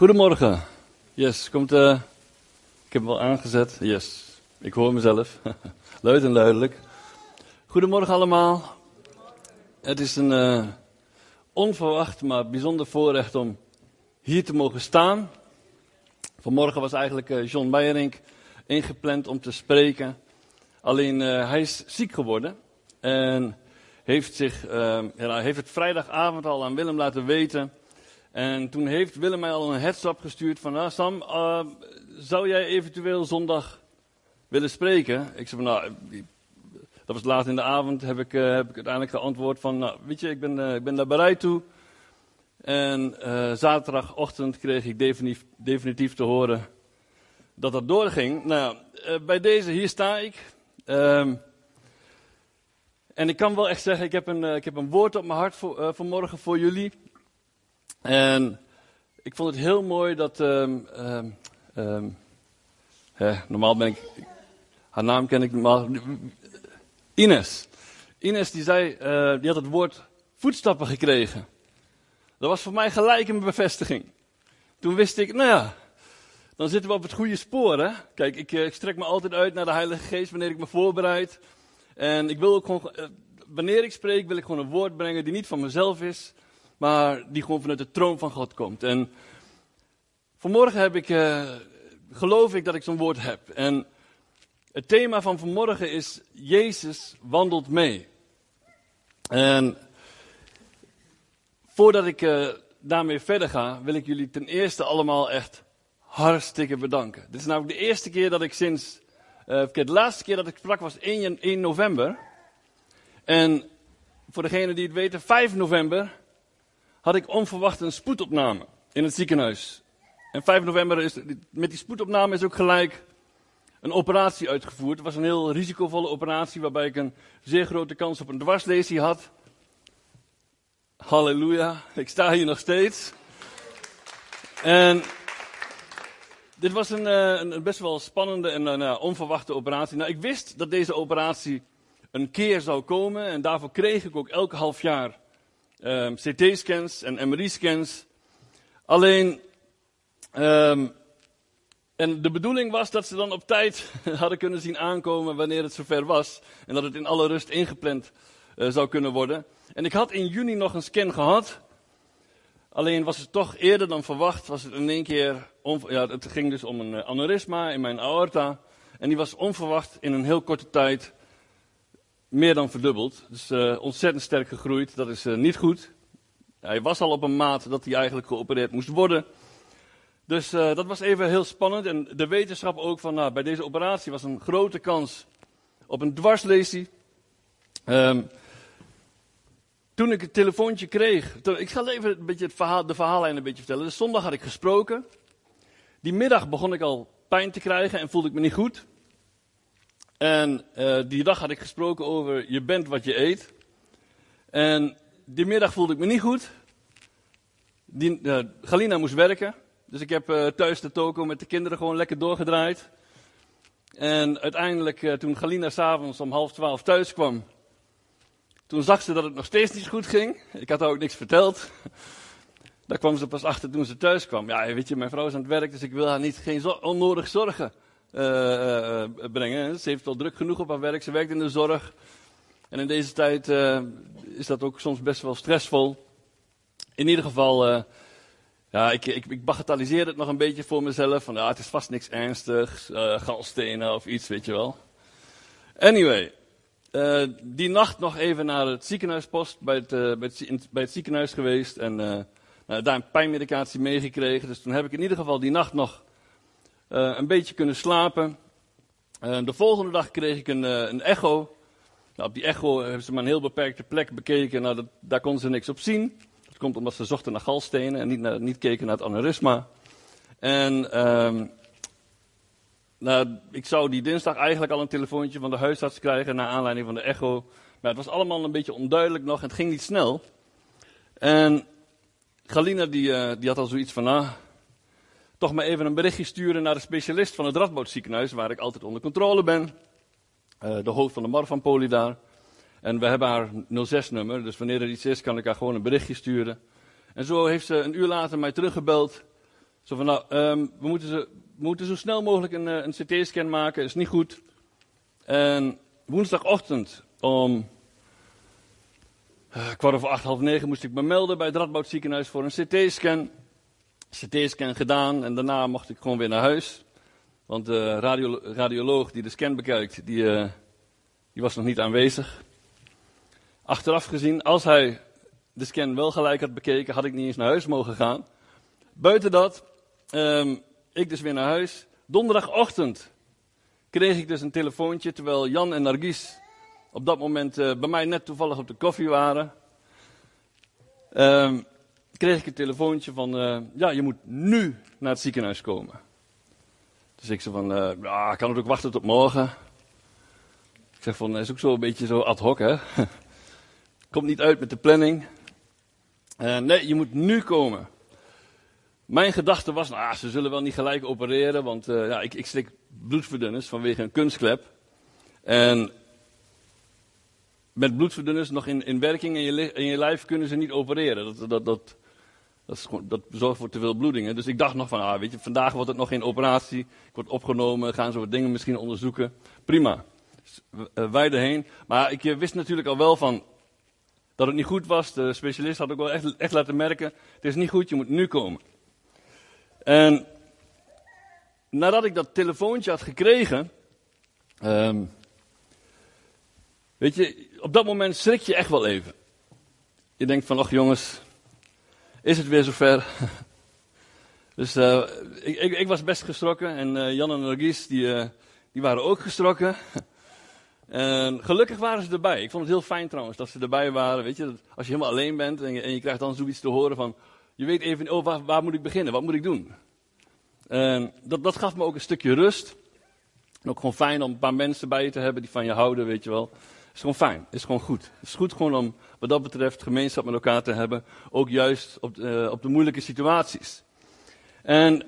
Goedemorgen. Yes, komt. Ik heb hem wel aangezet. Yes, ik hoor mezelf. Luid en duidelijk. Goedemorgen allemaal. Het is een onverwacht, maar bijzonder voorrecht om hier te mogen staan. Vanmorgen was eigenlijk John Meijerink ingepland om te spreken. Alleen hij is ziek geworden en heeft het vrijdagavond al aan Willem laten weten. En toen heeft Willem mij al een heads-up gestuurd van, Sam, zou jij eventueel zondag willen spreken? Ik zei van, dat was laat in de avond, heb ik uiteindelijk geantwoord van, weet je, ik ben daar bereid toe. En zaterdagochtend kreeg ik definitief te horen dat dat doorging. Nou, bij deze, hier sta ik. En ik kan wel echt zeggen, ik heb een woord op mijn hart vanmorgen voor jullie. En ik vond het heel mooi dat, normaal ben ik, haar naam ken ik normaal, Ines. Ines die zei, die had het woord voetstappen gekregen. Dat was voor mij gelijk een bevestiging. Toen wist ik, dan zitten we op het goede spoor, hè. Kijk, ik strek me altijd uit naar de Heilige Geest wanneer ik me voorbereid. En ik wil ook gewoon, wanneer ik spreek, wil ik gewoon een woord brengen die niet van mezelf is, maar die gewoon vanuit de troon van God komt. En vanmorgen geloof ik dat ik zo'n woord heb. En het thema van vanmorgen is, Jezus wandelt mee. En voordat ik daarmee verder ga, wil ik jullie ten eerste allemaal echt hartstikke bedanken. Dit is namelijk de eerste keer dat ik de laatste keer dat ik sprak was 1 november. En voor degenen die het weten, 5 november had ik onverwacht een spoedopname in het ziekenhuis. En 5 november met die spoedopname is ook gelijk een operatie uitgevoerd. Het was een heel risicovolle operatie waarbij ik een zeer grote kans op een dwarslesie had. Halleluja, ik sta hier nog steeds. En dit was een best wel spannende en onverwachte operatie. Nou, ik wist dat deze operatie een keer zou komen en daarvoor kreeg ik ook elke half jaar CT-scans en MRI-scans. Alleen, en de bedoeling was dat ze dan op tijd hadden kunnen zien aankomen wanneer het zover was. En dat het in alle rust ingepland zou kunnen worden. En ik had in juni nog een scan gehad. Alleen was het toch eerder dan verwacht, was het in één keer, het ging dus om een aneurysma in mijn aorta. En die was onverwacht in een heel korte tijd meer dan verdubbeld. Dus ontzettend sterk gegroeid, dat is niet goed. Hij was al op een maat dat hij eigenlijk geopereerd moest worden. Dus dat was even heel spannend. En de wetenschap ook van, bij deze operatie was een grote kans op een dwarslesie. Toen ik het telefoontje kreeg, ik ga even een beetje de verhaallijn een beetje vertellen. Dus zondag had ik gesproken. Die middag begon ik al pijn te krijgen en voelde ik me niet goed. En die dag had ik gesproken over je bent wat je eet. En die middag voelde ik me niet goed. Galina moest werken. Dus ik heb thuis de toko met de kinderen gewoon lekker doorgedraaid. En uiteindelijk toen Galina 's avonds om 11:30 thuis kwam, toen zag ze dat het nog steeds niet goed ging. Ik had haar ook niks verteld. Daar kwam ze pas achter toen ze thuis kwam. Ja, weet je, mijn vrouw is aan het werk, dus ik wil haar geen onnodig zorgen brengen. Ze heeft wel druk genoeg op haar werk, ze werkt in de zorg. En in deze tijd is dat ook soms best wel stressvol. In ieder geval, ik bagatelliseer het nog een beetje voor mezelf. Van het is vast niks ernstigs, galstenen of iets, weet je wel. Anyway. Die nacht nog even naar het ziekenhuispost bij het ziekenhuis geweest en daar een pijnmedicatie meegekregen. Dus toen heb ik in ieder geval die nacht nog een beetje kunnen slapen. De volgende dag kreeg ik een echo. Nou, op die echo hebben ze maar een heel beperkte plek bekeken. Daar konden ze niks op zien. Dat komt omdat ze zochten naar galstenen en niet keken naar het aneurysma. En ik zou die dinsdag eigenlijk al een telefoontje van de huisarts krijgen naar aanleiding van de echo. Maar het was allemaal een beetje onduidelijk nog en het ging niet snel. En Galina die had al zoiets van, toch maar even een berichtje sturen naar de specialist van het Radboud ziekenhuis, waar ik altijd onder controle ben. De hoofd van de Marfanpoli daar. En we hebben haar 06-nummer, dus wanneer er iets is kan ik haar gewoon een berichtje sturen. En zo heeft ze een uur later mij teruggebeld Zo van, nou, we moeten zo snel mogelijk een CT-scan maken, is niet goed. En woensdagochtend om 8:45 moest ik me melden bij het Radboud ziekenhuis voor een CT-scan. CT-scan gedaan en daarna mocht ik gewoon weer naar huis. Want de radioloog die de scan bekijkt, die was nog niet aanwezig. Achteraf gezien, als hij de scan wel gelijk had bekeken, had ik niet eens naar huis mogen gaan. Buiten dat, ik dus weer naar huis. Donderdagochtend kreeg ik dus een telefoontje, terwijl Jan en Nargis op dat moment bij mij net toevallig op de koffie waren. Kreeg ik een telefoontje van, ja, je moet nu naar het ziekenhuis komen. Dus ik zei van, ja, kan het ook wachten tot morgen? Ik zeg van, dat is ook zo een beetje zo ad hoc, hè. Komt niet uit met de planning. Nee, je moet nu komen. Mijn gedachte was, nou, ze zullen wel niet gelijk opereren, want ja, ik slik bloedverdunners vanwege een kunstklep. En met bloedverdunners nog in werking in je lijf kunnen ze niet opereren. Dat zorgt voor te veel bloedingen. Dus ik dacht nog van, weet je, vandaag wordt het nog geen operatie. Ik word opgenomen, gaan ze wat dingen misschien onderzoeken. Prima. Dus, wij erheen. Maar ik wist natuurlijk al wel van dat het niet goed was. De specialist had ook wel echt laten merken, het is niet goed, je moet nu komen. En nadat ik dat telefoontje had gekregen, weet je, op dat moment schrik je echt wel even. Je denkt van, ach jongens, is het weer zover? Dus ik was best geschrokken en Jan en Nargis, die waren ook geschrokken. En gelukkig waren ze erbij. Ik vond het heel fijn trouwens dat ze erbij waren. Weet je, als je helemaal alleen bent en je krijgt dan zoiets te horen van, je weet even, oh, waar moet ik beginnen? Wat moet ik doen? En dat gaf me ook een stukje rust. En ook gewoon fijn om een paar mensen bij je te hebben die van je houden, weet je wel. Het is gewoon fijn, het is gewoon goed. Het is goed gewoon om, wat dat betreft, gemeenschap met elkaar te hebben. Ook juist op de moeilijke situaties. En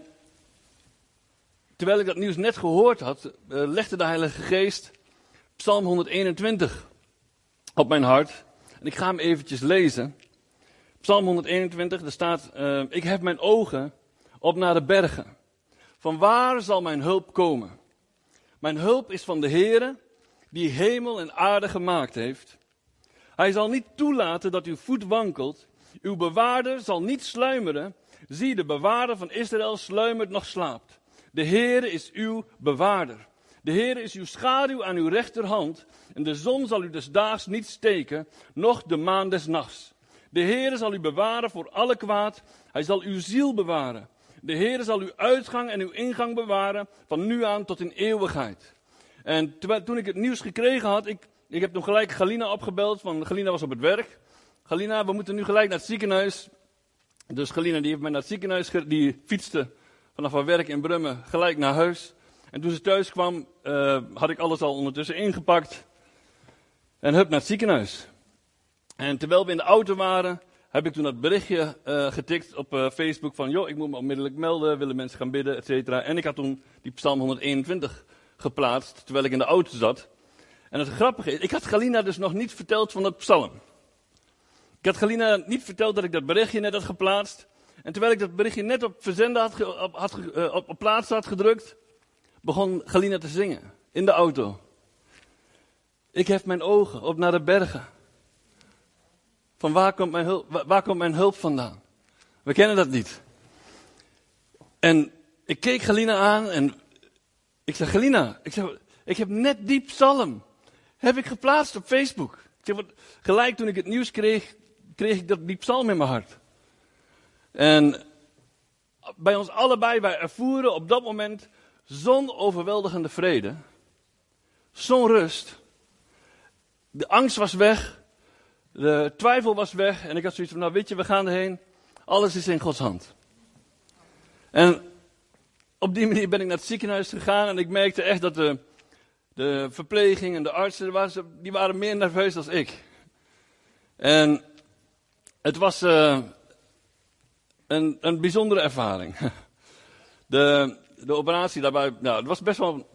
terwijl ik dat nieuws net gehoord had, legde de Heilige Geest Psalm 121 op mijn hart. En ik ga hem eventjes lezen. Psalm 121, daar staat, ik heb mijn ogen op naar de bergen. Van waar zal mijn hulp komen? Mijn hulp is van de Heere, die hemel en aarde gemaakt heeft. Hij zal niet toelaten dat uw voet wankelt. Uw bewaarder zal niet sluimeren. Zie, de bewaarder van Israël sluimert nog slaapt. De Heere is uw bewaarder. De Heere is uw schaduw aan uw rechterhand. En de zon zal u des daags niet steken, noch de maan des nachts. De Heere zal u bewaren voor alle kwaad. Hij zal uw ziel bewaren. De Heere zal uw uitgang en uw ingang bewaren, van nu aan tot in eeuwigheid. En toen ik het nieuws gekregen had, ik heb toen gelijk Galina opgebeld, want Galina was op het werk. Galina, we moeten nu gelijk naar het ziekenhuis. Dus Galina die heeft mij naar het ziekenhuis, die fietste vanaf haar werk in Brummen gelijk naar huis. En toen ze thuis kwam, had ik alles al ondertussen ingepakt. En hup naar het ziekenhuis. En terwijl we in de auto waren, heb ik toen dat berichtje getikt op Facebook van, joh, ik moet me onmiddellijk melden, willen mensen gaan bidden, et cetera. En ik had toen die Psalm 121 geplaatst, terwijl ik in de auto zat. En het grappige is, ik had Galina dus nog niet verteld van dat psalm. Ik had Galina niet verteld dat ik dat berichtje net had geplaatst. En terwijl ik dat berichtje net op verzenden op plaatsen had gedrukt, begon Galina te zingen in de auto. Ik hef mijn ogen op naar de bergen. Van waar komt mijn hulp vandaan? We kennen dat niet. En ik keek Galina aan en ik zei, Galina, ik heb net die psalm, heb ik geplaatst op Facebook. Gelijk toen ik het nieuws kreeg ik die psalm in mijn hart. En bij ons allebei, wij ervoeren op dat moment zo'n overweldigende vrede. Zo'n rust. De angst was weg. De twijfel was weg. En ik had zoiets van, nou weet je, we gaan erheen. Alles is in Gods hand. En op die manier ben ik naar het ziekenhuis gegaan. En ik merkte echt dat de verpleging en de artsen, die waren meer nerveus dan ik. En het was een bijzondere ervaring. De operatie daarbij, nou, het was best wel.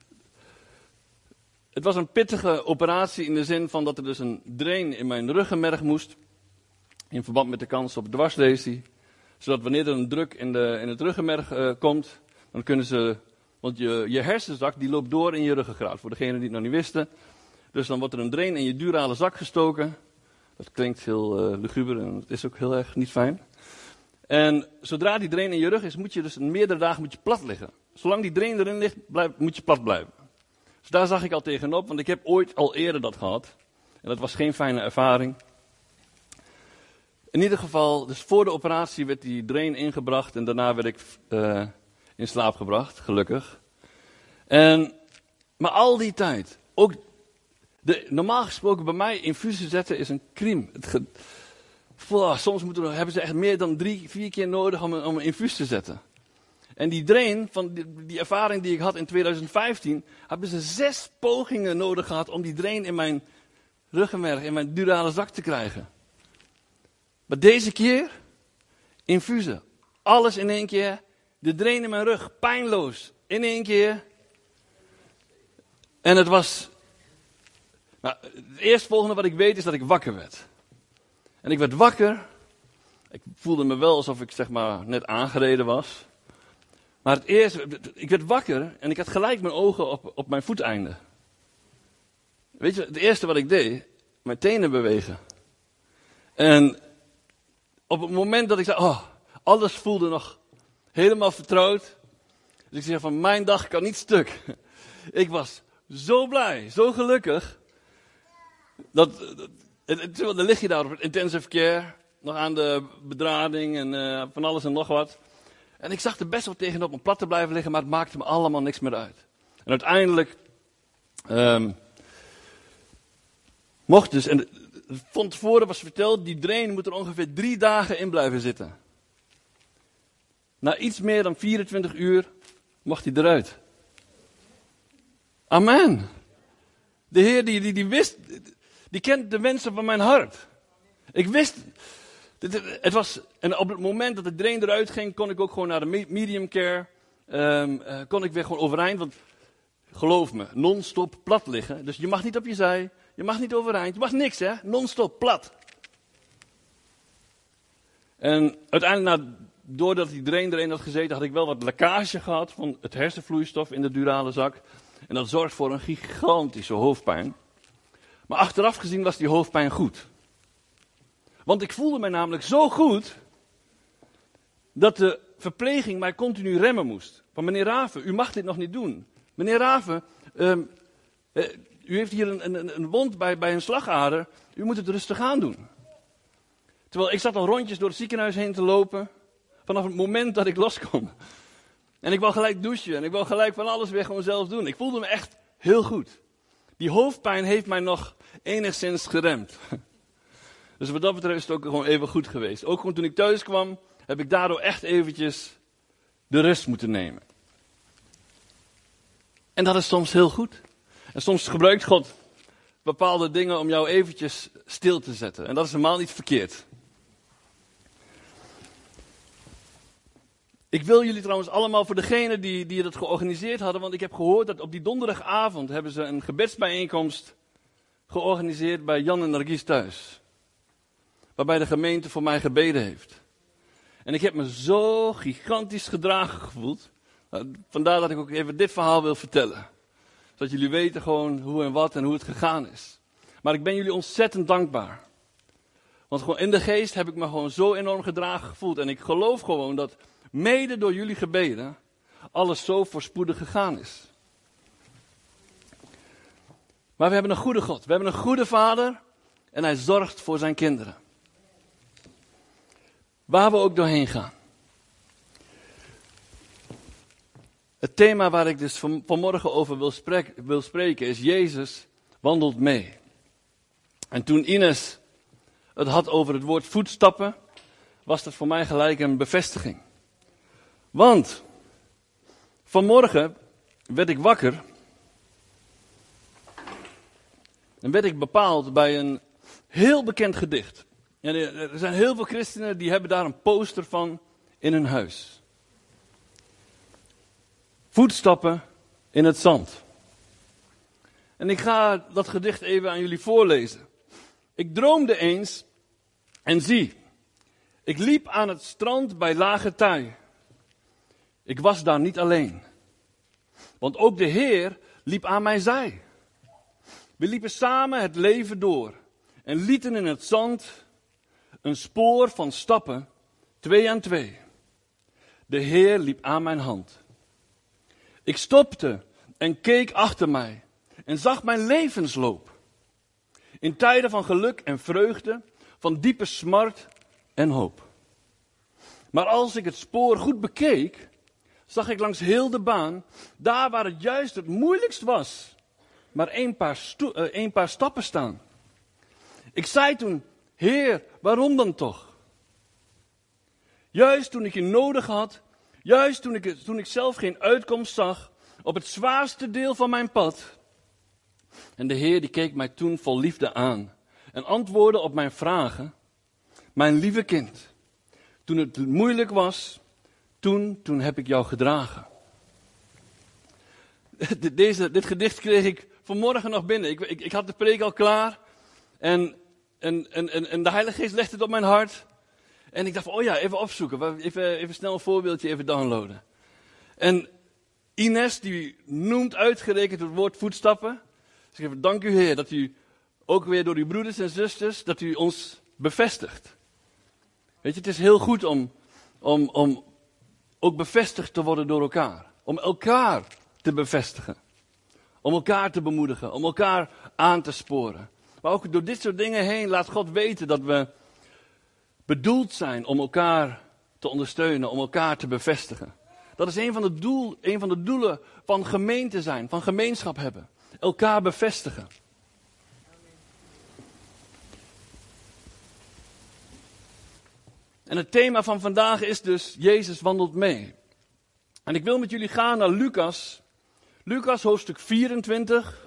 Het was een pittige operatie in de zin van dat er dus een drain in mijn ruggenmerg moest. In verband met de kans op dwarslesie. Zodat wanneer er een druk in het ruggenmerg komt, dan kunnen ze... Want je hersenzak die loopt door in je ruggengraat, voor degenen die het nog niet wisten. Dus dan wordt er een drain in je durale zak gestoken. Dat klinkt heel luguber en het is ook heel erg niet fijn. En zodra die drain in je rug is, moet je dus meerdere dagen plat liggen. Zolang die drain erin ligt, moet je plat blijven. Dus daar zag ik al tegenop, want ik heb ooit al eerder dat gehad. En dat was geen fijne ervaring. In ieder geval, dus voor de operatie werd die drain ingebracht en daarna werd ik in slaap gebracht, gelukkig. Maar al die tijd, ook normaal gesproken bij mij infusie zetten is een crime. Soms hebben ze echt meer dan 3-4 keer nodig om een infuus te zetten. En die drain, van die ervaring die ik had in 2015, hebben ze 6 pogingen nodig gehad om die drain in mijn ruggenmerg, in mijn durale zak te krijgen. Maar deze keer, infusen. Alles in één keer. De drain in mijn rug, pijnloos. In één keer. En het was... Nou, het eerstvolgende wat ik weet is dat ik wakker werd. En ik werd wakker. Ik voelde me wel alsof ik net aangereden was. Maar ik werd wakker en ik had gelijk mijn ogen op mijn voeteinde. Weet je, het eerste wat ik deed, mijn tenen bewegen. En op het moment dat ik zei, alles voelde nog helemaal vertrouwd. Dus ik zei van, mijn dag kan niet stuk. Ik was zo blij, zo gelukkig. Dan lig je daar op het intensive care, nog aan de bedrading en van alles en nog wat. En ik zag er best wel tegenop om plat te blijven liggen, maar het maakte me allemaal niks meer uit. En uiteindelijk mocht dus, en van tevoren was verteld, die drain moet er ongeveer 3 dagen in blijven zitten. Na iets meer dan 24 uur mocht hij eruit. Amen. De Heer die wist, die kent de wensen van mijn hart. Ik wist, het was, en op het moment dat de drain eruit ging, kon ik ook gewoon naar de medium care. Kon ik weer gewoon overeind, want geloof me, non-stop plat liggen. Dus je mag niet op je zij, je mag niet overeind, je mag niks hè, non-stop plat. En uiteindelijk, doordat die drain erin had gezeten, had ik wel wat lekkage gehad van het hersenvloeistof in de durale zak. En dat zorgt voor een gigantische hoofdpijn. Maar achteraf gezien was die hoofdpijn goed. Want ik voelde mij namelijk zo goed, dat de verpleging mij continu remmen moest. Van meneer Raven, u mag dit nog niet doen. Meneer Raven, u heeft hier een wond bij een slagader, u moet het rustig aan doen. Terwijl ik zat al rondjes door het ziekenhuis heen te lopen, vanaf het moment dat ik loskom. En ik wou gelijk douchen en ik wou gelijk van alles weer gewoon zelf doen. Ik voelde me echt heel goed. Die hoofdpijn heeft mij nog enigszins geremd. Dus wat dat betreft is het ook gewoon even goed geweest. Ook gewoon toen ik thuis kwam, heb ik daardoor echt eventjes de rust moeten nemen. En dat is soms heel goed. En soms gebruikt God bepaalde dingen om jou eventjes stil te zetten. En dat is helemaal niet verkeerd. Ik wil jullie trouwens allemaal, voor degenen die dat georganiseerd hadden, want ik heb gehoord dat op die donderdagavond hebben ze een gebedsbijeenkomst georganiseerd bij Jan en Nargis thuis. Waarbij de gemeente voor mij gebeden heeft. En ik heb me zo gigantisch gedragen gevoeld. Vandaar dat ik ook even dit verhaal wil vertellen. Zodat jullie weten gewoon hoe en wat en hoe het gegaan is. Maar ik ben jullie ontzettend dankbaar. Want gewoon in de geest heb ik me gewoon zo enorm gedragen gevoeld. En ik geloof gewoon dat mede door jullie gebeden alles zo voorspoedig gegaan is. Maar we hebben een goede God. We hebben een goede Vader. En Hij zorgt voor zijn kinderen. Waar we ook doorheen gaan. Het thema waar ik dus vanmorgen over wil spreken is: Jezus wandelt mee. En toen Ines het had over het woord voetstappen, was dat voor mij gelijk een bevestiging. Want vanmorgen werd ik wakker en werd ik bepaald bij een heel bekend gedicht. En er zijn heel veel christenen die hebben daar een poster van in hun huis. Voetstappen in het zand. En ik ga dat gedicht even aan jullie voorlezen. Ik droomde eens en zie, Ik liep aan het strand bij lage tij. Ik was daar niet alleen. Want ook de Heer liep aan mijn zij. We liepen samen het leven door en lieten in het zand een spoor van stappen, 2 aan 2. De Heer liep aan mijn hand. Ik stopte en keek achter mij en zag mijn levensloop. In tijden van geluk en vreugde, van diepe smart en hoop. Maar als ik het spoor goed bekeek, zag ik langs heel de baan, daar waar het juist het moeilijkst was, maar een paar stappen staan. Ik zei toen, Heer, waarom dan toch? Juist toen ik je nodig had, juist toen ik zelf geen uitkomst zag, op het zwaarste deel van mijn pad. En de Heer die keek mij toen vol liefde aan en antwoordde op mijn vragen. Mijn lieve kind, toen het moeilijk was, toen heb ik jou gedragen. Dit gedicht kreeg ik vanmorgen nog binnen. Ik had de preek al klaar en de Heilige Geest legde het op mijn hart. En ik dacht van, even opzoeken, even snel een voorbeeldje even downloaden. En Ines die noemt uitgerekend het woord voetstappen. Dus ik zeg, dank u Heer dat u ook weer door uw broeders en zusters, dat u ons bevestigt. Weet je, het is heel goed om ook bevestigd te worden door elkaar. Om elkaar te bevestigen. Om elkaar te bemoedigen. Om elkaar aan te sporen. Maar ook door dit soort dingen heen laat God weten dat we bedoeld zijn om elkaar te ondersteunen. Om elkaar te bevestigen. Dat is een van de doelen van gemeente zijn. Van gemeenschap hebben. Elkaar bevestigen. En het thema van vandaag is dus Jezus wandelt mee. En ik wil met jullie gaan naar Lucas. Lucas hoofdstuk 24.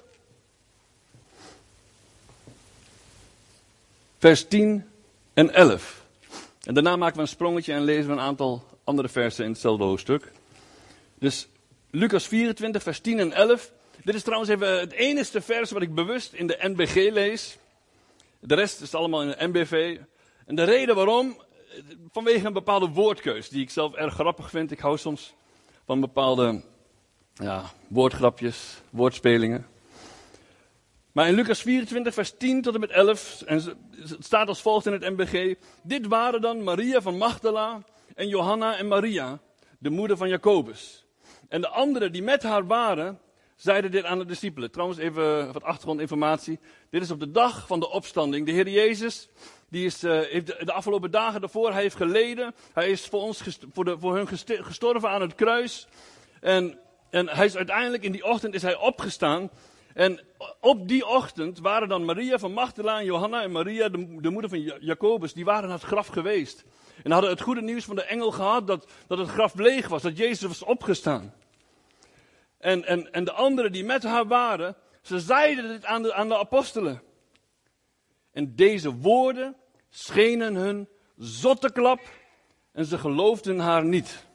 Vers 10 en 11. En daarna maken we een sprongetje en lezen we een aantal andere versen in hetzelfde hoofdstuk. Dus Lucas 24 vers 10 en 11. Dit is trouwens even het enige vers wat ik bewust in de NBG lees. De rest is allemaal in de NBV. En de reden waarom, vanwege een bepaalde woordkeus die ik zelf erg grappig vind. Ik hou soms van bepaalde woordgrapjes, woordspelingen. Maar in Lucas 24 vers 10 tot en met 11, en het staat als volgt in het NBG. Dit waren dan Maria van Magdala en Johanna en Maria, de moeder van Jacobus. En de anderen die met haar waren, zeiden dit aan de discipelen. Trouwens even wat achtergrondinformatie. Dit is op de dag van de opstanding. De Heer Jezus, heeft de afgelopen dagen daarvoor, hij heeft geleden. Hij is voor hun gestorven aan het kruis. En hij is uiteindelijk in die ochtend is hij opgestaan. En op die ochtend waren dan Maria van Magdala en Johanna en Maria, de moeder van Jacobus, die waren naar het graf geweest. En hadden het goede nieuws van de engel gehad dat het graf leeg was, dat Jezus was opgestaan. En de anderen die met haar waren, ze zeiden dit aan de apostelen. En deze woorden schenen hun zotteklap en ze geloofden haar niet.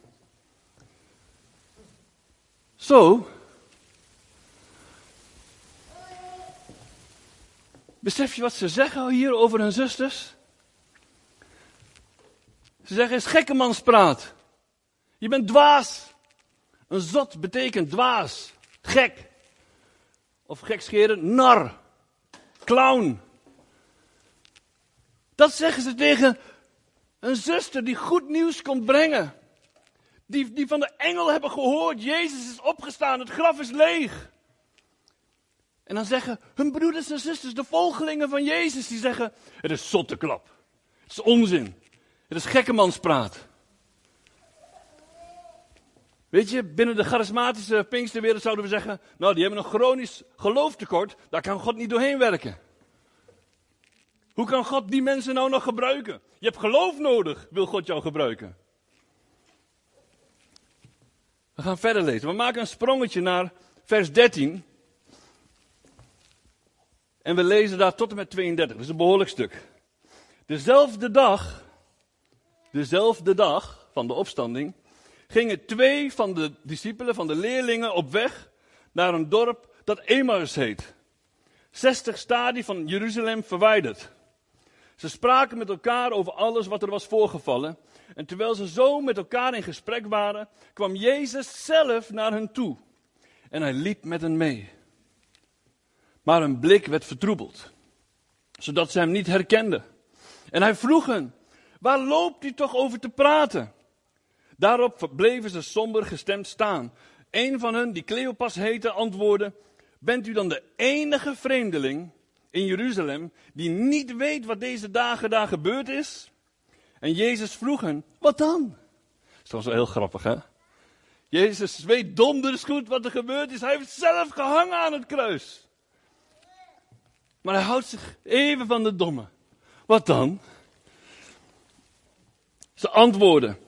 Zo. Besef je wat ze zeggen hier over hun zusters? Ze zeggen, het is gekkemanspraat. Je bent dwaas. Een zot betekent dwaas, gek. Of gekscheren, nar, clown. Dat zeggen ze tegen een zuster die goed nieuws komt brengen. Die van de engel hebben gehoord, Jezus is opgestaan, het graf is leeg. En dan zeggen hun broeders en zusters, de volgelingen van Jezus, die zeggen, het is zotteklap. Het is onzin. Het is gekkemanspraat. Weet je, binnen de charismatische Pinksterwereld zouden we zeggen, nou die hebben een chronisch gelooftekort, daar kan God niet doorheen werken. Hoe kan God die mensen nou nog gebruiken? Je hebt geloof nodig, wil God jou gebruiken. We gaan verder lezen. We maken een sprongetje naar vers 13. En we lezen daar tot en met 32. Dat is een behoorlijk stuk. Dezelfde dag van de opstanding gingen 2 van de discipelen, van de leerlingen, op weg naar een dorp dat Emmaus heet. 60 stadie van Jeruzalem verwijderd. Ze spraken met elkaar over alles wat er was voorgevallen. En terwijl ze zo met elkaar in gesprek waren, kwam Jezus zelf naar hen toe. En hij liep met hen mee. Maar hun blik werd vertroebeld, zodat ze hem niet herkenden. En hij vroeg hen, waar loopt u toch over te praten? Daarop bleven ze somber gestemd staan. Een van hen, die Cleopas heette, antwoordde, bent u dan de enige vreemdeling in Jeruzalem die niet weet wat deze dagen daar gebeurd is? En Jezus vroeg hen, wat dan? Dat is toch wel heel grappig, hè? Jezus weet donders goed wat er gebeurd is. Hij heeft zelf gehangen aan het kruis. Maar hij houdt zich even van de domme. Wat dan? Ze antwoorden.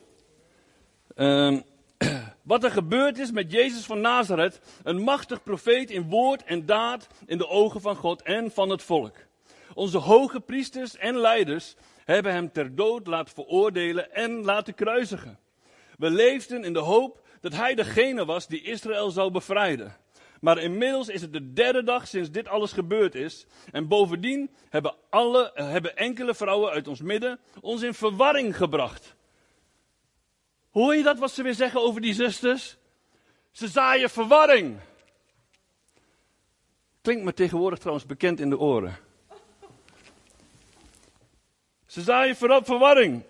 Wat er gebeurd is met Jezus van Nazareth, een machtig profeet in woord en daad in de ogen van God en van het volk. Onze hoge priesters en leiders hebben hem ter dood laten veroordelen en laten kruisigen. We leefden in de hoop dat hij degene was die Israël zou bevrijden. Maar inmiddels is het de derde dag sinds dit alles gebeurd is. En bovendien hebben enkele vrouwen uit ons midden ons in verwarring gebracht. Hoor je dat wat ze weer zeggen over die zusters? Ze zaaien verwarring. Klinkt me tegenwoordig trouwens bekend in de oren. Ze zaaien verwarring.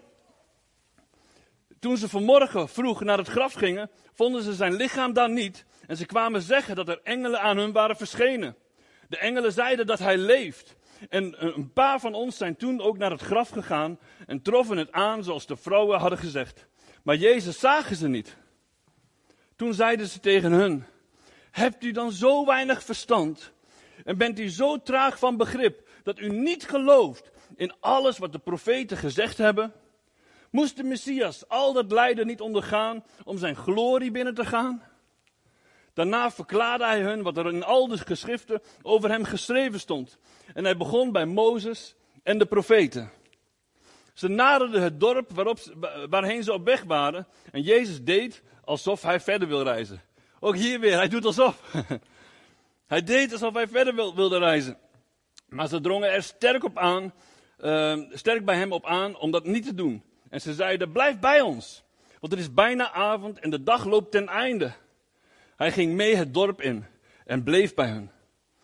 Toen ze vanmorgen vroeg naar het graf gingen, vonden ze zijn lichaam daar niet. En ze kwamen zeggen dat er engelen aan hun waren verschenen. De engelen zeiden dat hij leeft. En een paar van ons zijn toen ook naar het graf gegaan en troffen het aan zoals de vrouwen hadden gezegd. Maar Jezus zagen ze niet. Toen zeiden ze tegen hun, hebt u dan zo weinig verstand en bent u zo traag van begrip dat u niet gelooft in alles wat de profeten gezegd hebben? Moest de Messias al dat lijden niet ondergaan om zijn glorie binnen te gaan? Daarna verklaarde hij hun wat er in al de geschriften over hem geschreven stond. En hij begon bij Mozes en de profeten. Ze naderden het dorp waarheen ze op weg waren. En Jezus deed alsof hij verder wil reizen. Ook hier weer, hij doet alsof. Hij deed alsof hij verder wilde reizen. Maar ze drongen er sterk bij hem op aan om dat niet te doen. En ze zeiden, blijf bij ons. Want het is bijna avond en de dag loopt ten einde. Hij ging mee het dorp in en bleef bij hen.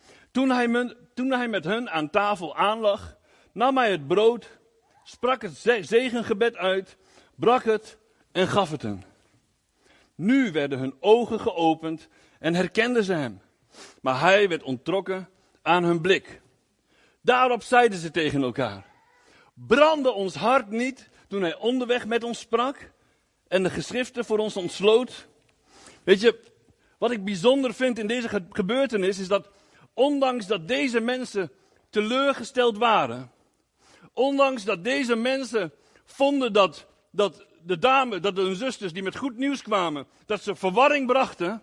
Toen hij met hen aan tafel aanlag, nam hij het brood, sprak het zegengebed uit, brak het en gaf het hen. Nu werden hun ogen geopend en herkenden ze hem. Maar hij werd onttrokken aan hun blik. Daarop zeiden ze tegen elkaar, brandde ons hart niet toen hij onderweg met ons sprak en de geschriften voor ons ontsloot? Weet je, wat ik bijzonder vind in deze gebeurtenis is dat ondanks dat deze mensen teleurgesteld waren, ondanks dat deze mensen vonden dat hun zusters die met goed nieuws kwamen, dat ze verwarring brachten,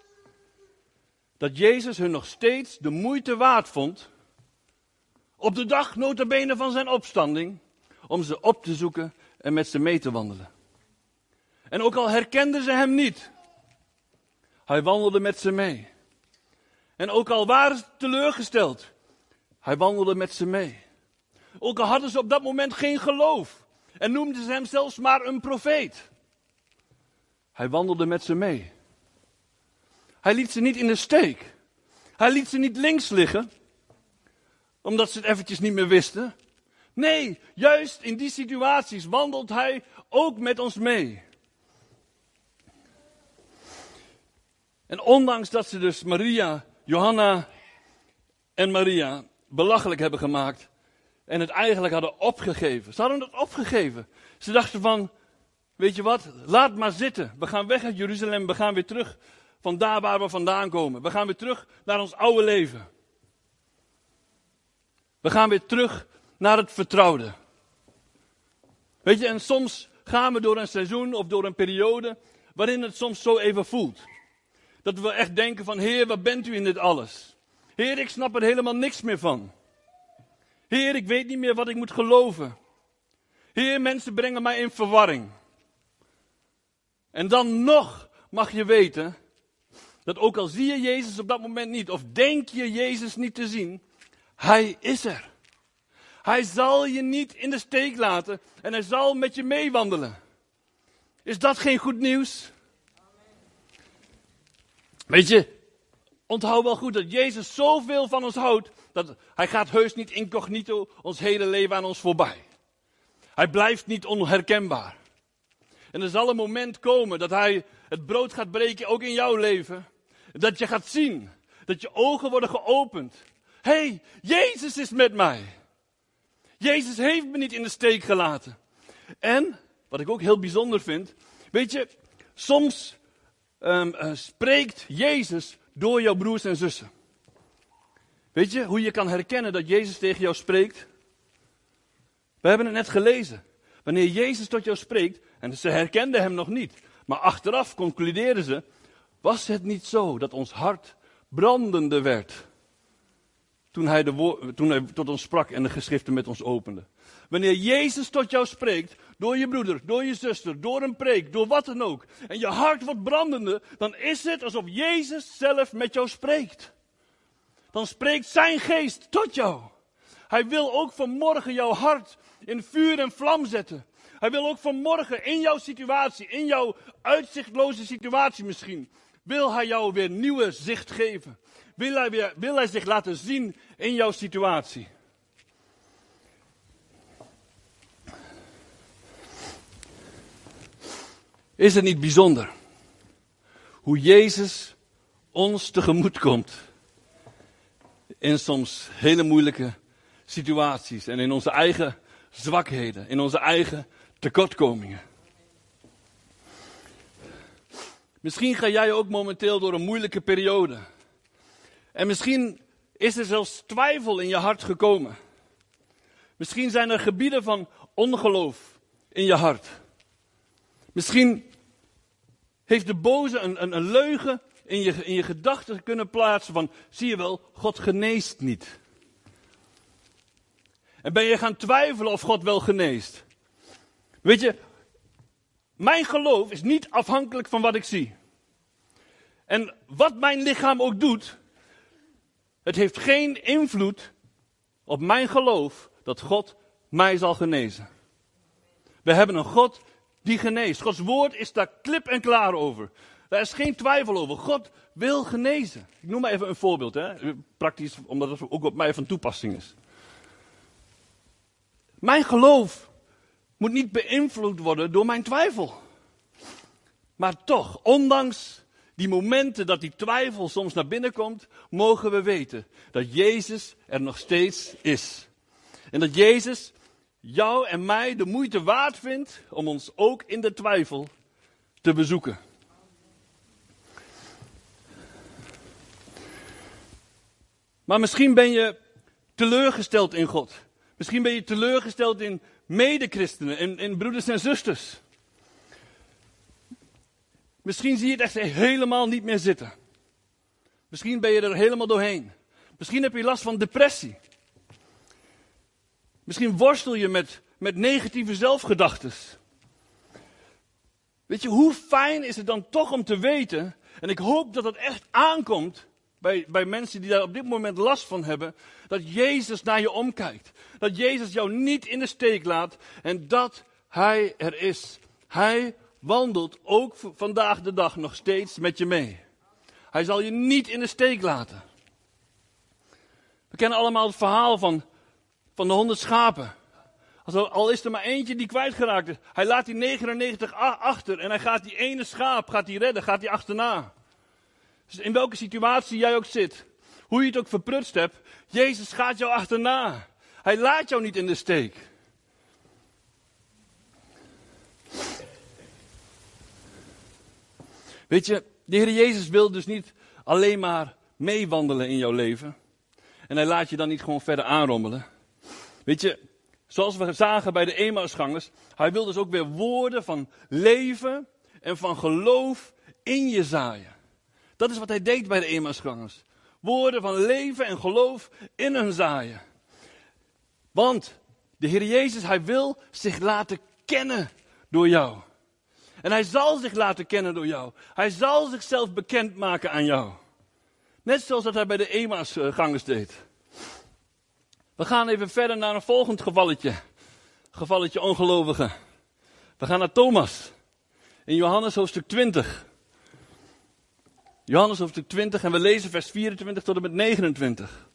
dat Jezus hun nog steeds de moeite waard vond, op de dag nota bene van zijn opstanding, om ze op te zoeken en met ze mee te wandelen. En ook al herkenden ze hem niet, hij wandelde met ze mee. En ook al waren ze teleurgesteld, hij wandelde met ze mee. Ook al hadden ze op dat moment geen geloof en noemden ze hem zelfs maar een profeet. Hij wandelde met ze mee. Hij liet ze niet in de steek. Hij liet ze niet links liggen, omdat ze het eventjes niet meer wisten. Nee, juist in die situaties wandelt hij ook met ons mee. En ondanks dat ze dus Johanna en Maria belachelijk hebben gemaakt en het eigenlijk hadden opgegeven. Ze hadden het opgegeven. Ze dachten van, weet je wat, laat maar zitten. We gaan weg uit Jeruzalem, we gaan weer terug van daar waar we vandaan komen. We gaan weer terug naar ons oude leven. We gaan weer terug naar het vertrouwde. Weet je, en soms gaan we door een seizoen of door een periode waarin het soms zo even voelt. Dat we echt denken van, Heer, waar bent u in dit alles? Heer, ik snap er helemaal niks meer van. Heer, ik weet niet meer wat ik moet geloven. Heer, mensen brengen mij in verwarring. En dan nog mag je weten, dat ook al zie je Jezus op dat moment niet, of denk je Jezus niet te zien, hij is er. Hij zal je niet in de steek laten en hij zal met je meewandelen. Is dat geen goed nieuws? Weet je, onthoud wel goed dat Jezus zoveel van ons houdt, dat hij gaat heus niet incognito ons hele leven aan ons voorbij. Hij blijft niet onherkenbaar. En er zal een moment komen dat hij het brood gaat breken, ook in jouw leven. Dat je gaat zien, dat je ogen worden geopend. Hé, Jezus is met mij. Jezus heeft me niet in de steek gelaten. En, wat ik ook heel bijzonder vind, weet je, soms spreekt Jezus door jouw broers en zussen. Weet je hoe je kan herkennen dat Jezus tegen jou spreekt? We hebben het net gelezen. Wanneer Jezus tot jou spreekt, en ze herkenden hem nog niet, maar achteraf concludeerden ze, was het niet zo dat ons hart brandende werd toen hij tot ons sprak en de geschriften met ons opende. Wanneer Jezus tot jou spreekt, door je broeder, door je zuster, door een preek, door wat dan ook, en je hart wordt brandende, dan is het alsof Jezus zelf met jou spreekt. Dan spreekt zijn geest tot jou. Hij wil ook vanmorgen jouw hart in vuur en vlam zetten. Hij wil ook vanmorgen in jouw situatie, in jouw uitzichtloze situatie misschien, wil hij jou weer nieuwe zicht geven. Wil hij zich laten zien in jouw situatie. Is het niet bijzonder hoe Jezus ons tegemoet komt in soms hele moeilijke situaties en in onze eigen zwakheden, in onze eigen tekortkomingen. Misschien ga jij ook momenteel door een moeilijke periode. En misschien is er zelfs twijfel in je hart gekomen. Misschien zijn er gebieden van ongeloof in je hart. Misschien heeft de boze een leugen in je gedachten kunnen plaatsen van, zie je wel, God geneest niet. En ben je gaan twijfelen of God wel geneest. Weet je, mijn geloof is niet afhankelijk van wat ik zie. En wat mijn lichaam ook doet, het heeft geen invloed op mijn geloof dat God mij zal genezen. We hebben een God die geneest. Gods woord is daar klip en klaar over. Daar is geen twijfel over. God wil genezen. Ik noem maar even een voorbeeld, hè? Praktisch, omdat het ook op mij van toepassing is. Mijn geloof moet niet beïnvloed worden door mijn twijfel. Maar toch, ondanks die momenten dat die twijfel soms naar binnen komt, mogen we weten dat Jezus er nog steeds is. En dat Jezus jou en mij de moeite waard vindt om ons ook in de twijfel te bezoeken. Maar misschien ben je teleurgesteld in God. Misschien ben je teleurgesteld in medechristenen, in broeders en zusters. Misschien zie je het echt helemaal niet meer zitten. Misschien ben je er helemaal doorheen. Misschien heb je last van depressie. Misschien worstel je met negatieve zelfgedachtes. Weet je, hoe fijn is het dan toch om te weten, en ik hoop dat het echt aankomt bij mensen die daar op dit moment last van hebben, dat Jezus naar je omkijkt. Dat Jezus jou niet in de steek laat en dat Hij er is. Hij wandelt ook vandaag de dag nog steeds met je mee. Hij zal je niet in de steek laten. We kennen allemaal het verhaal van de 100 schapen. Al is er maar eentje die kwijtgeraakt is. Hij laat die 99 achter en hij gaat die ene schaap redden, gaat die achterna. Dus in welke situatie jij ook zit, hoe je het ook verprutst hebt, Jezus gaat jou achterna. Hij laat jou niet in de steek. Weet je, de Heer Jezus wil dus niet alleen maar meewandelen in jouw leven. En hij laat je dan niet gewoon verder aanrommelen. Weet je, zoals we zagen bij de Emmausgangers, hij wil dus ook weer woorden van leven en van geloof in je zaaien. Dat is wat hij deed bij de Emmausgangers. Woorden van leven en geloof in hun zaaien. Want de Heer Jezus, hij wil zich laten kennen door jou. En hij zal zich laten kennen door jou. Hij zal zichzelf bekendmaken aan jou. Net zoals dat hij bij de Emmausgangers deed. We gaan even verder naar een volgend gevalletje. Gevalletje ongelovigen. We gaan naar Thomas. In Johannes hoofdstuk 20. Johannes hoofdstuk 20 en we lezen vers 24 tot en met 29.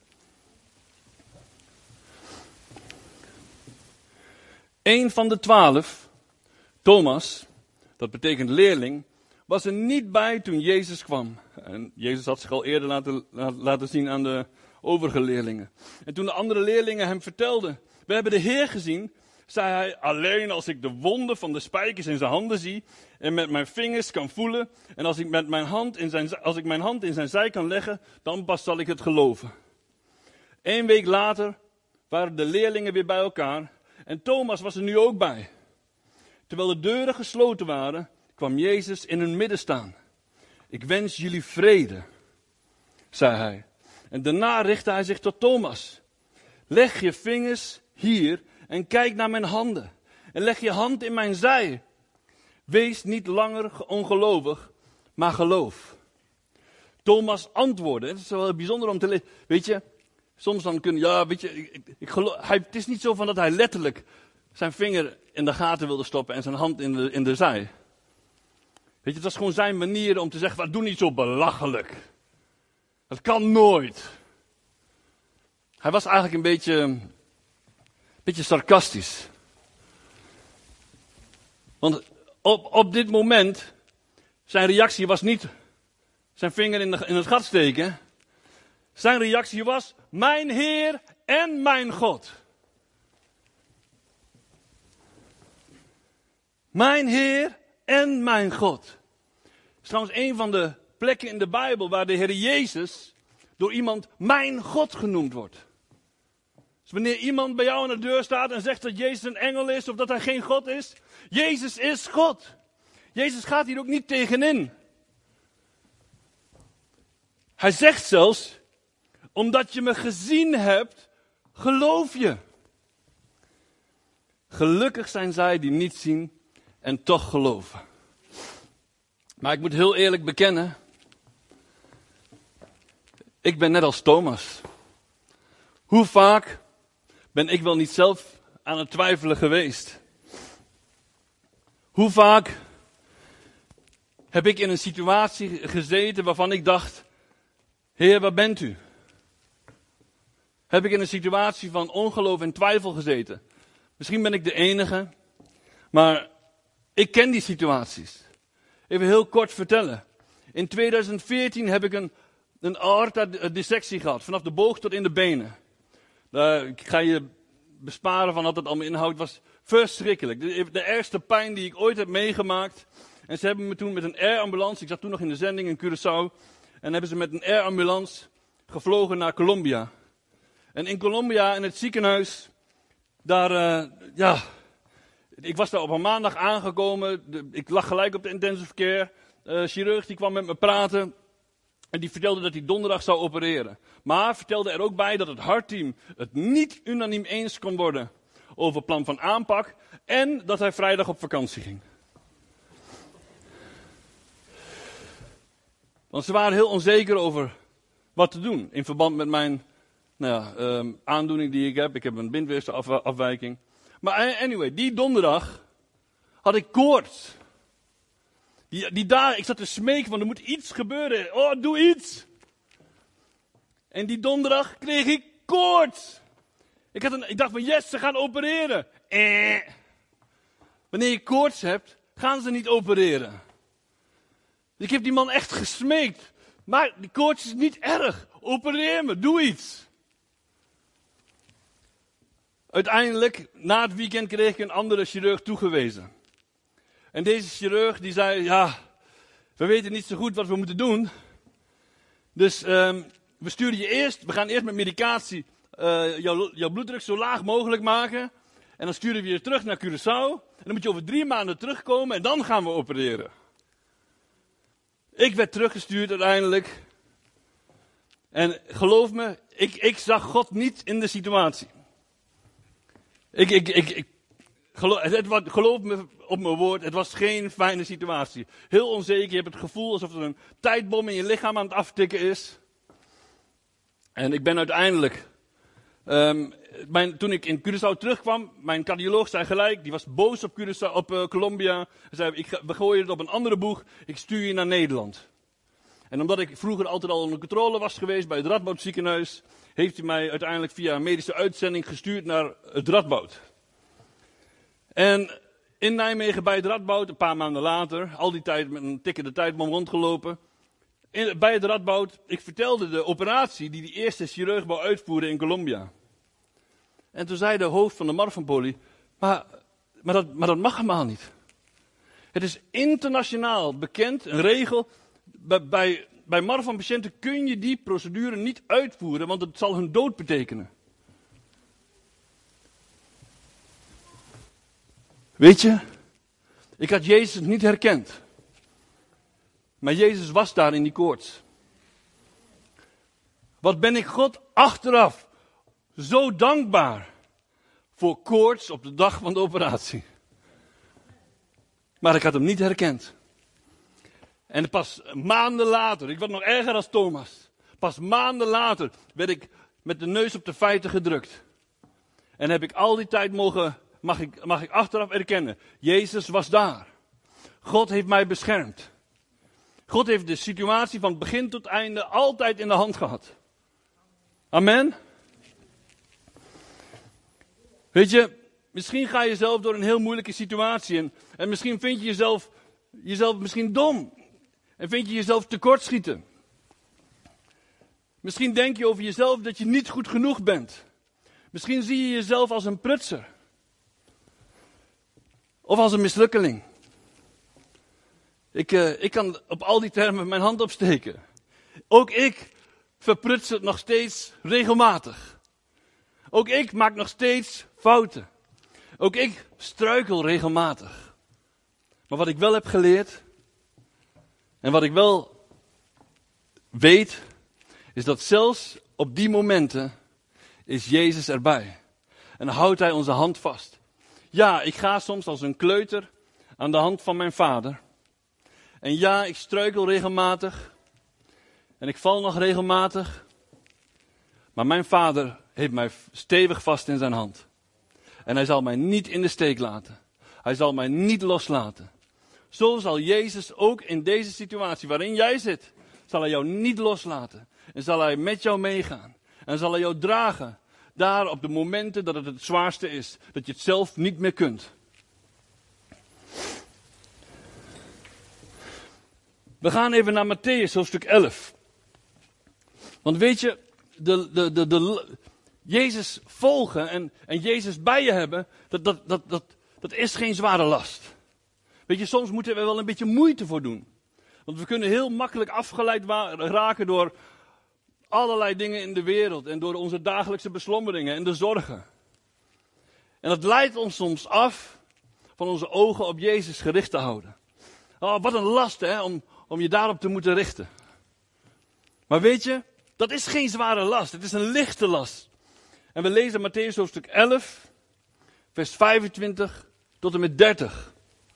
Een van de 12, Thomas, dat betekent leerling, was er niet bij toen Jezus kwam. En Jezus had zich al eerder laten zien aan de overige leerlingen. En toen de andere leerlingen hem vertelden, we hebben de Heer gezien, zei hij, alleen als ik de wonden van de spijkers in zijn handen zie en met mijn vingers kan voelen en als ik mijn hand in zijn zij kan leggen, dan pas zal ik het geloven. 1 week later waren de leerlingen weer bij elkaar en Thomas was er nu ook bij. Terwijl de deuren gesloten waren, kwam Jezus in hun midden staan. Ik wens jullie vrede, zei hij. En daarna richtte hij zich tot Thomas. Leg je vingers hier en kijk naar mijn handen. En leg je hand in mijn zij. Wees niet langer ongelovig, maar geloof. Thomas antwoordde. Het is wel bijzonder om te lezen. Weet je, soms dan kun je, ja, weet je, ik geloof, het is niet zo van dat hij letterlijk zijn vinger in de gaten wilde stoppen en zijn hand in de zij. Weet je, het was gewoon zijn manier om te zeggen, doe niet zo belachelijk. Dat kan nooit. Hij was eigenlijk een beetje sarcastisch. Want op dit moment, zijn reactie was niet zijn vinger in het gat steken. Zijn reactie was, mijn Heer en mijn God. Mijn Heer en mijn God. Het is trouwens een van de plekken in de Bijbel waar de Heer Jezus door iemand mijn God genoemd wordt. Dus wanneer iemand bij jou aan de deur staat en zegt dat Jezus een engel is of dat hij geen God is. Jezus is God. Jezus gaat hier ook niet tegenin. Hij zegt zelfs, omdat je me gezien hebt, geloof je. Gelukkig zijn zij die niet zien en toch geloven. Maar ik moet heel eerlijk bekennen, ik ben net als Thomas. Hoe vaak ben ik wel niet zelf aan het twijfelen geweest? Hoe vaak heb ik in een situatie gezeten waarvan ik dacht, Heer, waar bent u? Heb ik in een situatie van ongeloof en twijfel gezeten? Misschien ben ik de enige, maar ik ken die situaties. Even heel kort vertellen. In 2014 heb ik een aorta-dissectie gehad, vanaf de boog tot in de benen. Ik ga je besparen van wat het allemaal inhoudt, was verschrikkelijk. De ergste pijn die ik ooit heb meegemaakt. En ze hebben me toen met een airambulance, ik zat toen nog in de zending in Curaçao, en hebben ze met een airambulance gevlogen naar Colombia. En in Colombia, in het ziekenhuis, ik was daar op een maandag aangekomen. Ik lag gelijk op de intensive care. Chirurg die kwam met me praten. En die vertelde dat hij donderdag zou opereren. Maar vertelde er ook bij dat het hartteam het niet unaniem eens kon worden over het plan van aanpak. En dat hij vrijdag op vakantie ging. Want ze waren heel onzeker over wat te doen in verband met mijn aandoening die ik heb. Ik heb een bindweefselafwijking. Maar anyway, die donderdag had ik koorts. Ik zat te smeken, want er moet iets gebeuren. Oh, doe iets. En die donderdag kreeg ik koorts. Ik dacht van yes, ze gaan opereren. Wanneer je koorts hebt, gaan ze niet opereren. Ik heb die man echt gesmeekt. Maar die koorts is niet erg. Opereer me, doe iets. Uiteindelijk, na het weekend kreeg ik een andere chirurg toegewezen. En deze chirurg die zei, ja, we weten niet zo goed wat we moeten doen. Dus we gaan eerst met medicatie jouw bloeddruk zo laag mogelijk maken. En dan sturen we je terug naar Curaçao. En dan moet je over 3 maanden terugkomen en dan gaan we opereren. Ik werd teruggestuurd uiteindelijk. En geloof me, ik zag God niet in de situatie. Geloof me op mijn woord, het was geen fijne situatie. Heel onzeker, je hebt het gevoel alsof er een tijdbom in je lichaam aan het aftikken is. En ik ben uiteindelijk Toen ik in Curaçao terugkwam, mijn cardioloog zei gelijk, die was boos op Curaçao, op Colombia. Hij zei, we gooien het op een andere boeg, ik stuur je naar Nederland. En omdat ik vroeger altijd al onder controle was geweest bij het Radboud ziekenhuis, heeft hij mij uiteindelijk via een medische uitzending gestuurd naar het Radboud. En in Nijmegen bij het Radboud, een paar maanden later, al die tijd met een tikkende tijdbom rondgelopen. Bij het Radboud, ik vertelde de operatie die die eerste chirurg wou uitvoeren in Colombia. En toen zei de hoofd van de Marfanpoli, maar dat mag helemaal niet. Het is internationaal bekend, een regel, bij Marfan-patiënten kun je die procedure niet uitvoeren, want het zal hun dood betekenen. Weet je, ik had Jezus niet herkend. Maar Jezus was daar in die koorts. Wat ben ik God achteraf zo dankbaar voor koorts op de dag van de operatie. Maar ik had hem niet herkend. En pas maanden later, ik werd nog erger als Thomas. Pas maanden later werd ik met de neus op de feiten gedrukt. En heb ik al die tijd mag ik achteraf erkennen. Jezus was daar. God heeft mij beschermd. God heeft de situatie van begin tot einde altijd in de hand gehad. Amen. Weet je, misschien ga je zelf door een heel moeilijke situatie. En misschien vind je jezelf misschien dom. En vind je jezelf tekortschieten. Misschien denk je over jezelf dat je niet goed genoeg bent. Misschien zie je jezelf als een prutser. Of als een mislukkeling. Ik kan op al die termen mijn hand opsteken. Ook ik verpruts het nog steeds regelmatig. Ook ik maak nog steeds fouten. Ook ik struikel regelmatig. Maar wat ik wel heb geleerd, en wat ik wel weet, is dat zelfs op die momenten is Jezus erbij. En houdt hij onze hand vast. Ja, ik ga soms als een kleuter aan de hand van mijn vader. En ja, ik struikel regelmatig. En ik val nog regelmatig. Maar mijn vader heeft mij stevig vast in zijn hand. En hij zal mij niet in de steek laten. Hij zal mij niet loslaten. Zo zal Jezus ook in deze situatie waarin jij zit, zal hij jou niet loslaten. En zal hij met jou meegaan. En zal hij jou dragen. Daar op de momenten dat het het zwaarste is. Dat je het zelf niet meer kunt. We gaan even naar Mattheüs, hoofdstuk 11. Want weet je, Jezus volgen en Jezus bij je hebben, dat is geen zware last. Weet je, soms moeten we er wel een beetje moeite voor doen. Want we kunnen heel makkelijk afgeleid raken door allerlei dingen in de wereld. En door onze dagelijkse beslommeringen en de zorgen. En dat leidt ons soms af van onze ogen op Jezus gericht te houden. Oh, wat een last hè, om je daarop te moeten richten. Maar weet je, dat is geen zware last. Het is een lichte last. En we lezen Mattheüs hoofdstuk 11, vers 25 tot en met 30.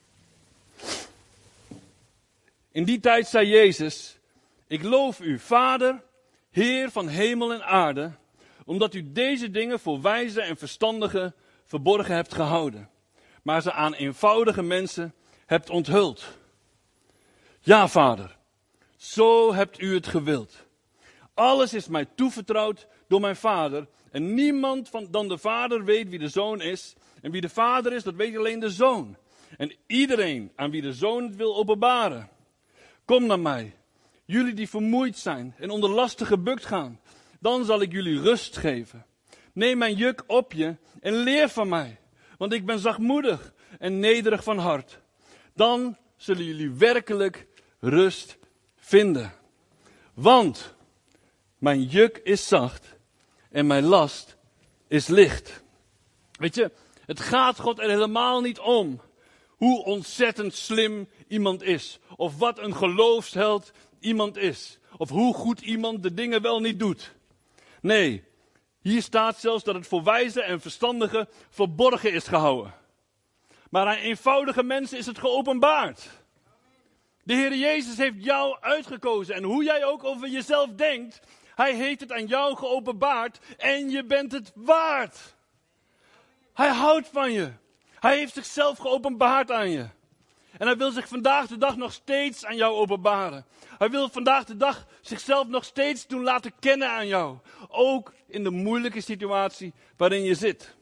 In die tijd zei Jezus, ik loof u, Vader, Heer van hemel en aarde, omdat u deze dingen voor wijze en verstandigen verborgen hebt gehouden, maar ze aan eenvoudige mensen hebt onthuld. Ja, Vader, zo hebt u het gewild. Alles is mij toevertrouwd door mijn Vader en niemand dan de Vader weet wie de Zoon is. En wie de Vader is, dat weet alleen de Zoon. En iedereen aan wie de Zoon het wil openbaren. Kom naar mij, jullie die vermoeid zijn en onder lasten gebukt gaan. Dan zal ik jullie rust geven. Neem mijn juk op je en leer van mij. Want ik ben zachtmoedig en nederig van hart. Dan zullen jullie werkelijk rust vinden. Want mijn juk is zacht en mijn last is licht. Weet je, het gaat God er helemaal niet om hoe ontzettend slim iemand is. Of wat een geloofsheld iemand is. Of hoe goed iemand de dingen wel niet doet. Nee, hier staat zelfs dat het voor wijze en verstandigen verborgen is gehouden. Maar aan eenvoudige mensen is het geopenbaard. De Heer Jezus heeft jou uitgekozen. En hoe jij ook over jezelf denkt, Hij heeft het aan jou geopenbaard en je bent het waard. Hij houdt van je. Hij heeft zichzelf geopenbaard aan je. En hij wil zich vandaag de dag nog steeds aan jou openbaren. Hij wil vandaag de dag zichzelf nog steeds doen laten kennen aan jou. Ook in de moeilijke situatie waarin je zit.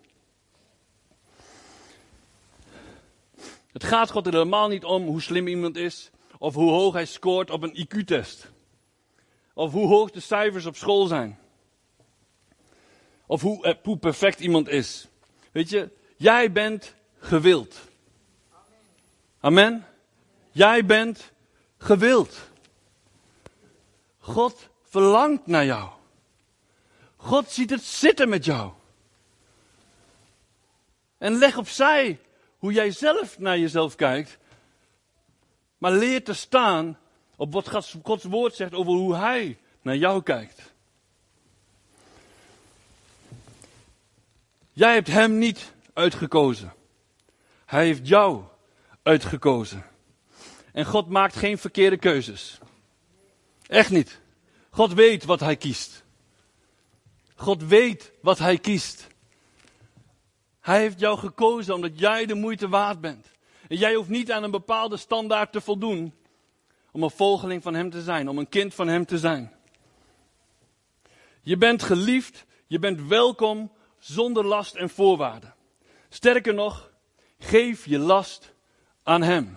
Het gaat God er helemaal niet om hoe slim iemand is. Of hoe hoog hij scoort op een IQ-test. Of hoe hoog de cijfers op school zijn. Of hoe perfect iemand is. Weet je, jij bent gewild. Amen. Jij bent gewild. God verlangt naar jou. God ziet het zitten met jou. En leg opzij hoe jij zelf naar jezelf kijkt. Maar leer te staan op wat Gods woord zegt over hoe Hij naar jou kijkt. Jij hebt Hem niet uitgekozen. Hij heeft jou uitgekozen. En God maakt geen verkeerde keuzes. Echt niet. God weet wat Hij kiest. God weet wat Hij kiest. Hij heeft jou gekozen omdat jij de moeite waard bent. En jij hoeft niet aan een bepaalde standaard te voldoen om een volgeling van Hem te zijn, om een kind van Hem te zijn. Je bent geliefd, je bent welkom zonder last en voorwaarden. Sterker nog, geef je last aan Hem.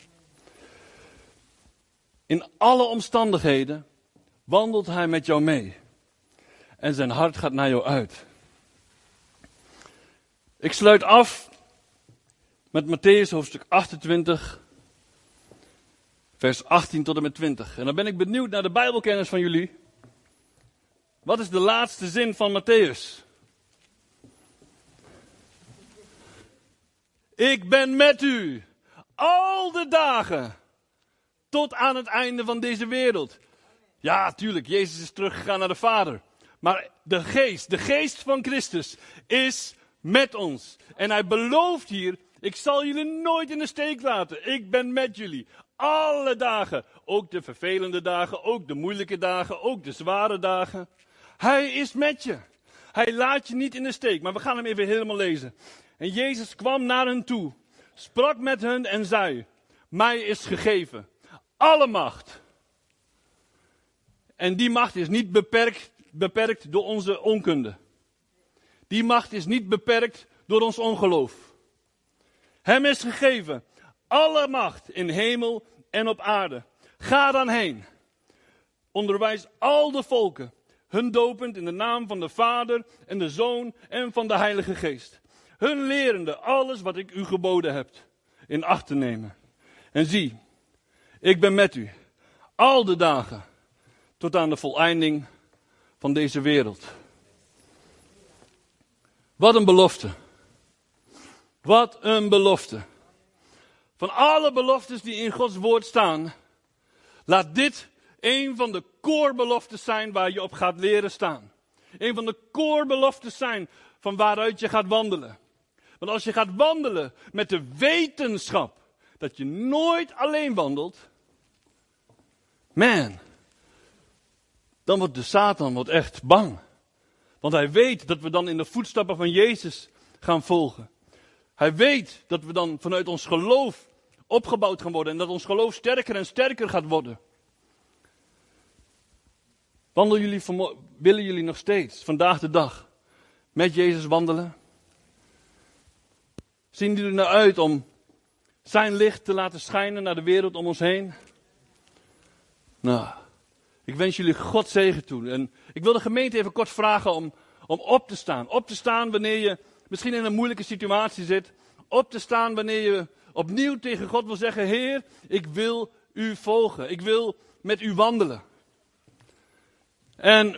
In alle omstandigheden wandelt Hij met jou mee. En zijn hart gaat naar jou uit. Ik sluit af met Mattheüs hoofdstuk 28, vers 18 tot en met 20. En dan ben ik benieuwd naar de Bijbelkennis van jullie. Wat is de laatste zin van Mattheüs? Ik ben met u al de dagen tot aan het einde van deze wereld. Ja, tuurlijk, Jezus is teruggegaan naar de Vader. Maar de geest van Christus is met ons. En hij belooft hier, ik zal jullie nooit in de steek laten. Ik ben met jullie. Alle dagen. Ook de vervelende dagen, ook de moeilijke dagen, ook de zware dagen. Hij is met je. Hij laat je niet in de steek. Maar we gaan hem even helemaal lezen. En Jezus kwam naar hen toe, sprak met hen en zei, mij is gegeven alle macht. En die macht is niet beperkt door onze onkunde. Die macht is niet beperkt door ons ongeloof. Hem is gegeven alle macht in hemel en op aarde. Ga dan heen. Onderwijs al de volken, hun dopend in de naam van de Vader en de Zoon en van de Heilige Geest. Hun lerende alles wat ik u geboden heb in acht te nemen. En zie, ik ben met u al de dagen tot aan de voleinding van deze wereld. Wat een belofte. Wat een belofte. Van alle beloftes die in Gods woord staan, laat dit een van de koorbeloftes zijn waar je op gaat leren staan. Een van de koorbeloftes zijn van waaruit je gaat wandelen. Want als je gaat wandelen met de wetenschap dat je nooit alleen wandelt, dan wordt de Satan echt bang. Want hij weet dat we dan in de voetstappen van Jezus gaan volgen. Hij weet dat we dan vanuit ons geloof opgebouwd gaan worden. En dat ons geloof sterker en sterker gaat worden. Willen jullie nog steeds, vandaag de dag, met Jezus wandelen? Zien jullie er nou uit om zijn licht te laten schijnen naar de wereld om ons heen? Nou, ik wens jullie God zegen toe. En ik wil de gemeente even kort vragen om op te staan. Op te staan wanneer je misschien in een moeilijke situatie zit. Op te staan wanneer je opnieuw tegen God wil zeggen, Heer, ik wil u volgen. Ik wil met u wandelen. En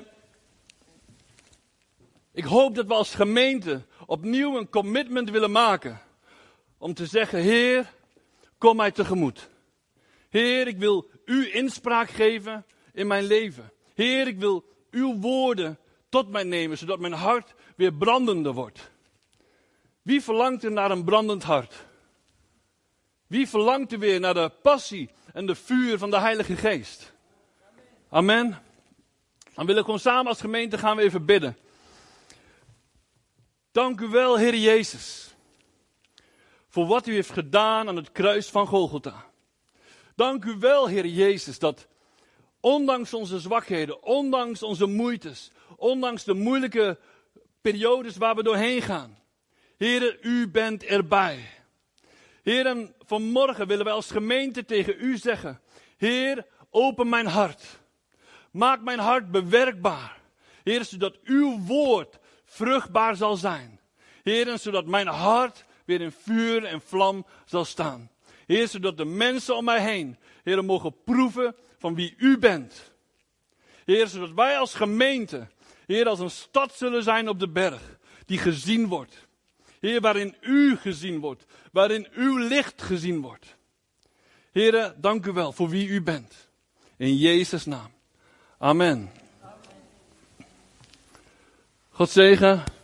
ik hoop dat we als gemeente opnieuw een commitment willen maken. Om te zeggen, Heer, kom mij tegemoet. Heer, ik wil u inspraak geven in mijn leven. Heer, ik wil uw woorden tot mij nemen, zodat mijn hart weer brandender wordt. Wie verlangt er naar een brandend hart? Wie verlangt er weer naar de passie en de vuur van de Heilige Geest? Amen. Dan willen we gewoon samen als gemeente gaan we even bidden. Dank u wel, Heer Jezus. Voor wat u heeft gedaan aan het kruis van Golgotha. Dank u wel, Heer Jezus, dat ondanks onze zwakheden, ondanks onze moeites, ondanks de moeilijke periodes waar we doorheen gaan. Heer, u bent erbij. Heer, en vanmorgen willen wij als gemeente tegen u zeggen. Heer, open mijn hart. Maak mijn hart bewerkbaar. Heer, zodat uw woord vruchtbaar zal zijn. Heer, en zodat mijn hart weer in vuur en vlam zal staan. Heer, zodat de mensen om mij heen, Heer, mogen proeven van wie u bent. Heer, zodat wij als gemeente, Heer, als een stad zullen zijn op de berg, die gezien wordt. Heer, waarin u gezien wordt, waarin uw licht gezien wordt. Heer, dank u wel voor wie u bent. In Jezus' naam. Amen. God zegen.